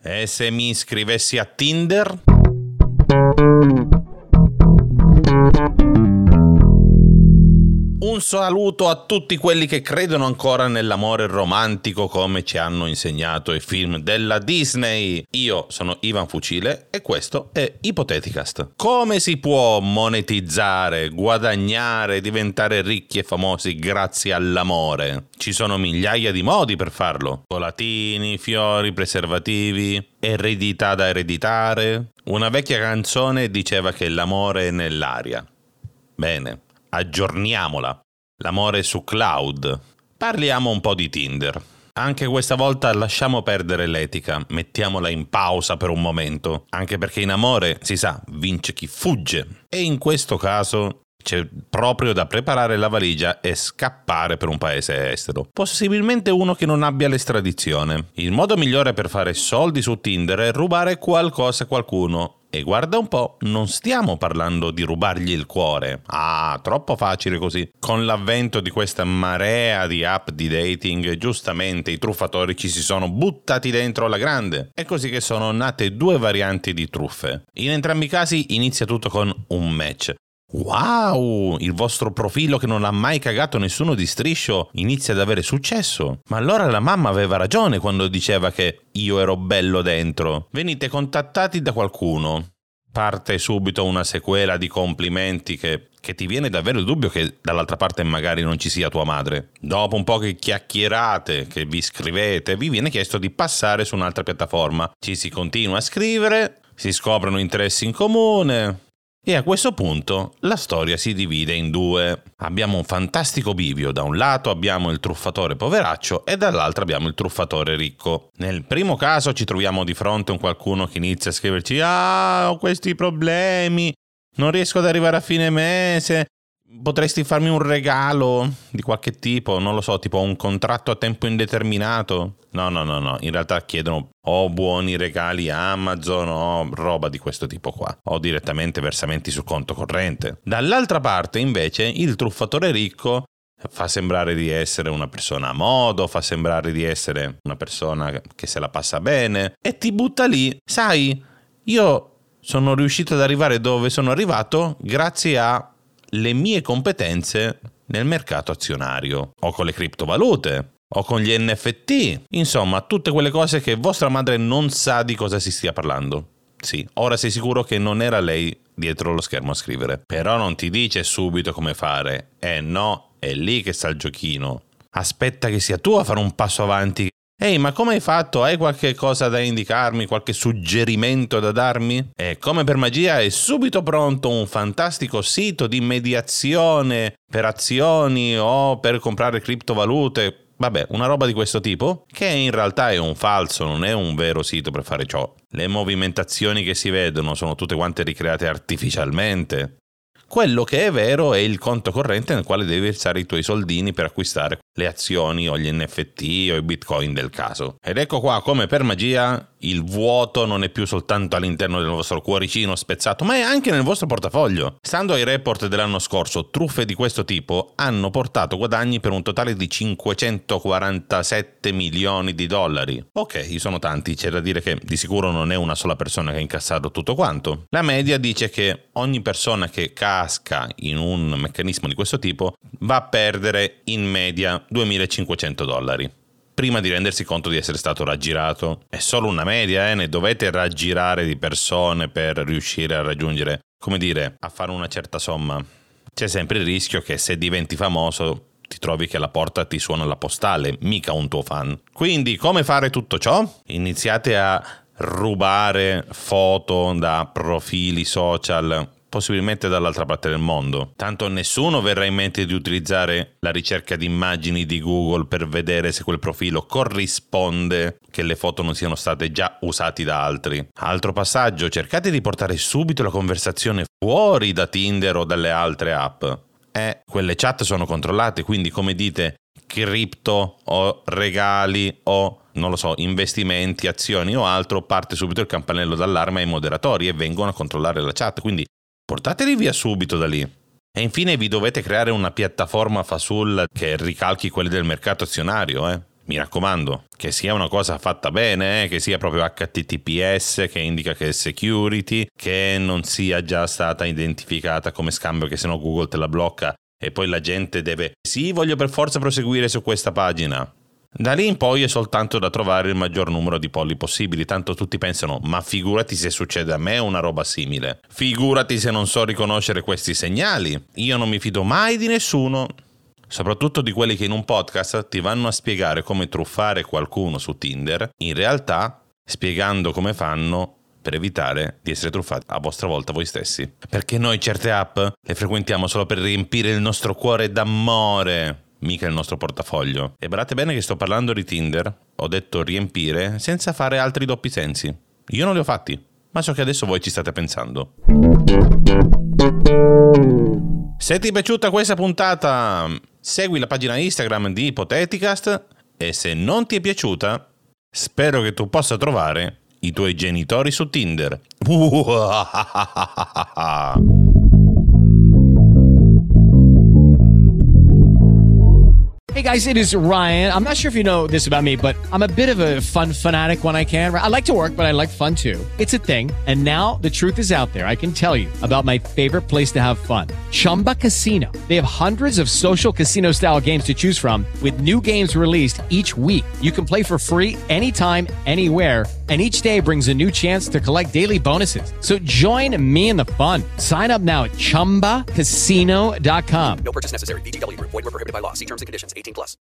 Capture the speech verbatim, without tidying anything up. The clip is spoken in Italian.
E se mi iscrivessi a Tinder? Un saluto a tutti quelli che credono ancora nell'amore romantico come ci hanno insegnato i film della Disney. Io sono Ivan Fucile e questo è Ipoteticast. Come si può monetizzare, guadagnare, diventare ricchi e famosi grazie all'amore? Ci sono migliaia di modi per farlo. Volatini, fiori, preservativi, eredità da ereditare. Una vecchia canzone diceva che l'amore è nell'aria. Bene. Aggiorniamola. L'amore su cloud. Parliamo un po' di Tinder. Anche questa volta lasciamo perdere l'etica, mettiamola in pausa per un momento, anche perché in amore, si sa, vince chi fugge. E in questo caso c'è proprio da preparare la valigia e scappare per un paese estero. Possibilmente uno che non abbia l'estradizione. Il modo migliore per fare soldi su Tinder è rubare qualcosa a qualcuno. E guarda un po', non stiamo parlando di rubargli il cuore. Ah, troppo facile così. Con l'avvento di questa marea di app di dating, giustamente i truffatori ci si sono buttati dentro alla grande. È così che sono nate due varianti di truffe. In entrambi i casi inizia tutto con un match. Wow, il vostro profilo che non ha mai cagato nessuno di striscio inizia ad avere successo. Ma allora la mamma aveva ragione quando diceva che io ero bello dentro. Venite contattati da qualcuno. Parte subito una sequela di complimenti che, che ti viene davvero il dubbio che dall'altra parte magari non ci sia tua madre. Dopo un po' che chiacchierate, che vi scrivete, vi viene chiesto di passare su un'altra piattaforma. Ci si continua a scrivere, si scoprono interessi in comune. E a questo punto la storia si divide in due. Abbiamo un fantastico bivio. Da un lato abbiamo il truffatore poveraccio e dall'altro abbiamo il truffatore ricco. Nel primo caso ci troviamo di fronte a un qualcuno che inizia a scriverci «Ah, ho questi problemi, non riesco ad arrivare a fine mese, potresti farmi un regalo di qualche tipo, non lo so, tipo un contratto a tempo indeterminato». No, no, no, no, in realtà chiedono o buoni regali Amazon o roba di questo tipo qua, o direttamente versamenti sul conto corrente. Dall'altra parte, invece, il truffatore ricco fa sembrare di essere una persona a modo, fa sembrare di essere una persona che se la passa bene e ti butta lì. Sai, io sono riuscito ad arrivare dove sono arrivato grazie alle mie competenze nel mercato azionario o con le criptovalute. O con gli N F T, insomma, tutte quelle cose che vostra madre non sa di cosa si stia parlando. Sì, ora sei sicuro che non era lei dietro lo schermo a scrivere. Però non ti dice subito come fare. Eh no, è lì che sta il giochino. Aspetta che sia tu a fare un passo avanti. Ehi, ma come hai fatto? Hai qualche cosa da indicarmi? Qualche suggerimento da darmi? E come per magia è subito pronto un fantastico sito di mediazione per azioni o per comprare criptovalute. Vabbè, una roba di questo tipo, che in realtà è un falso, non è un vero sito per fare ciò. Le movimentazioni che si vedono sono tutte quante ricreate artificialmente. Quello che è vero è il conto corrente nel quale devi versare i tuoi soldini per acquistare le azioni o gli N F T o i bitcoin del caso. Ed ecco qua come per magia il vuoto non è più soltanto all'interno del vostro cuoricino spezzato, ma è anche nel vostro portafoglio. Stando ai report dell'anno scorso, truffe di questo tipo hanno portato guadagni per un totale di cinquecentoquarantasette milioni di dollari. Ok, sono tanti, c'è da dire che di sicuro non è una sola persona che ha incassato tutto quanto. La media dice che ogni persona che casca in un meccanismo di questo tipo va a perdere in media duemilacinquecento dollari. Prima di rendersi conto di essere stato raggirato. È solo una media, eh? Ne dovete raggirare di persone per riuscire a raggiungere, come dire, a fare una certa somma. C'è sempre il rischio che se diventi famoso ti trovi che alla porta ti suona la postale, mica un tuo fan. Quindi come fare tutto ciò? Iniziate a rubare foto da profili social, possibilmente dall'altra parte del mondo. Tanto nessuno verrà in mente di utilizzare la ricerca di immagini di Google per vedere se quel profilo corrisponde, che le foto non siano state già usate da altri. Altro passaggio, cercate di portare subito la conversazione fuori da Tinder o dalle altre app. Eh, quelle chat sono controllate, quindi come dite cripto o regali o non lo so, investimenti, azioni o altro, parte subito il campanello d'allarme ai moderatori e vengono a controllare la chat, quindi portateli via subito da lì. E infine vi dovete creare una piattaforma fasul che ricalchi quelli del mercato azionario, eh. Mi raccomando, che sia una cosa fatta bene, eh, che sia proprio H T T P S, che indica che è security, che non sia già stata identificata come scambio, che sennò Google te la blocca e poi la gente deve sì, voglio per forza proseguire su questa pagina. Da lì in poi è soltanto da trovare il maggior numero di polli possibili, tanto tutti pensano, ma figurati se succede a me una roba simile. Figurati se non so riconoscere questi segnali. Io non mi fido mai di nessuno. Soprattutto di quelli che in un podcast ti vanno a spiegare come truffare qualcuno su Tinder, in realtà spiegando come fanno per evitare di essere truffati a vostra volta voi stessi. Perché noi certe app le frequentiamo solo per riempire il nostro cuore d'amore, mica il nostro portafoglio. E badate bene che sto parlando di Tinder, ho detto riempire, senza fare altri doppi sensi. Io non li ho fatti, ma so che adesso voi ci state pensando. Se ti è piaciuta questa puntata, segui la pagina Instagram di Ipoteticast e se non ti è piaciuta, spero che tu possa trovare i tuoi genitori su Tinder. Hey guys, it is Ryan. I'm not sure if you know this about me, but I'm a bit of a fun fanatic when I can. I like to work, but I like fun too. It's a thing. And now the truth is out there. I can tell you about my favorite place to have fun. Chumba Casino. They have hundreds of social casino style games to choose from with new games released each week. You can play for free anytime, anywhere. And each day brings a new chance to collect daily bonuses. So join me in the fun. Sign up now at chumba casino dot com. No purchase necessary. V G W Group. Void where prohibited by law. See terms and conditions. eighteen plus.